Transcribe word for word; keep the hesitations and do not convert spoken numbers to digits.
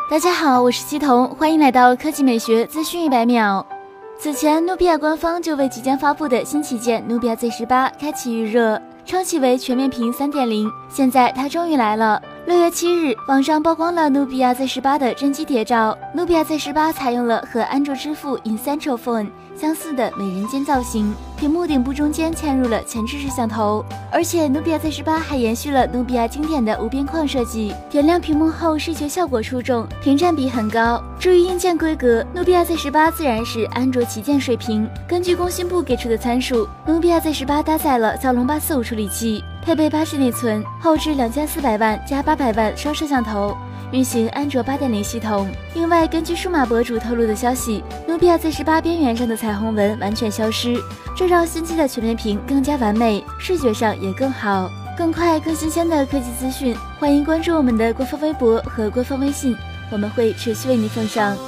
大家好，我是西彤，欢迎来到科技美学资讯一百秒。此前，努比亚官方就为即将发布的新旗舰努比亚 Z 十八开启预热，称其为全面屏 三点零， 现在它终于来了。六月七日，网上曝光了努比亚 Z 十八的真机谍照。努比亚 Z 十八采用了和安卓之父 Essential Phone 相似的美人尖造型，屏幕顶部中间嵌入了前置摄像头，而且努比亚 Z 十八还延续了努比亚经典的无边框设计，点亮屏幕后视觉效果出众，屏占比很高。至于硬件规格，努比亚 Z 十八自然是安卓旗舰水平。根据工信部给出的参数，努比亚 Z 十八搭载了骁龙八四五处理器，配备八 G 内存，后置两千四百万加八百万双摄像头，运行安卓 八点零 系统。另外，根据数码博主透露的消息，努比亚 Z 十八边缘上的彩虹纹完全消失，这让新机的全面屏更加完美，视觉上也更好。更快更新鲜的科技资讯，欢迎关注我们的官方微博和官方微信，我们会持续为您奉上。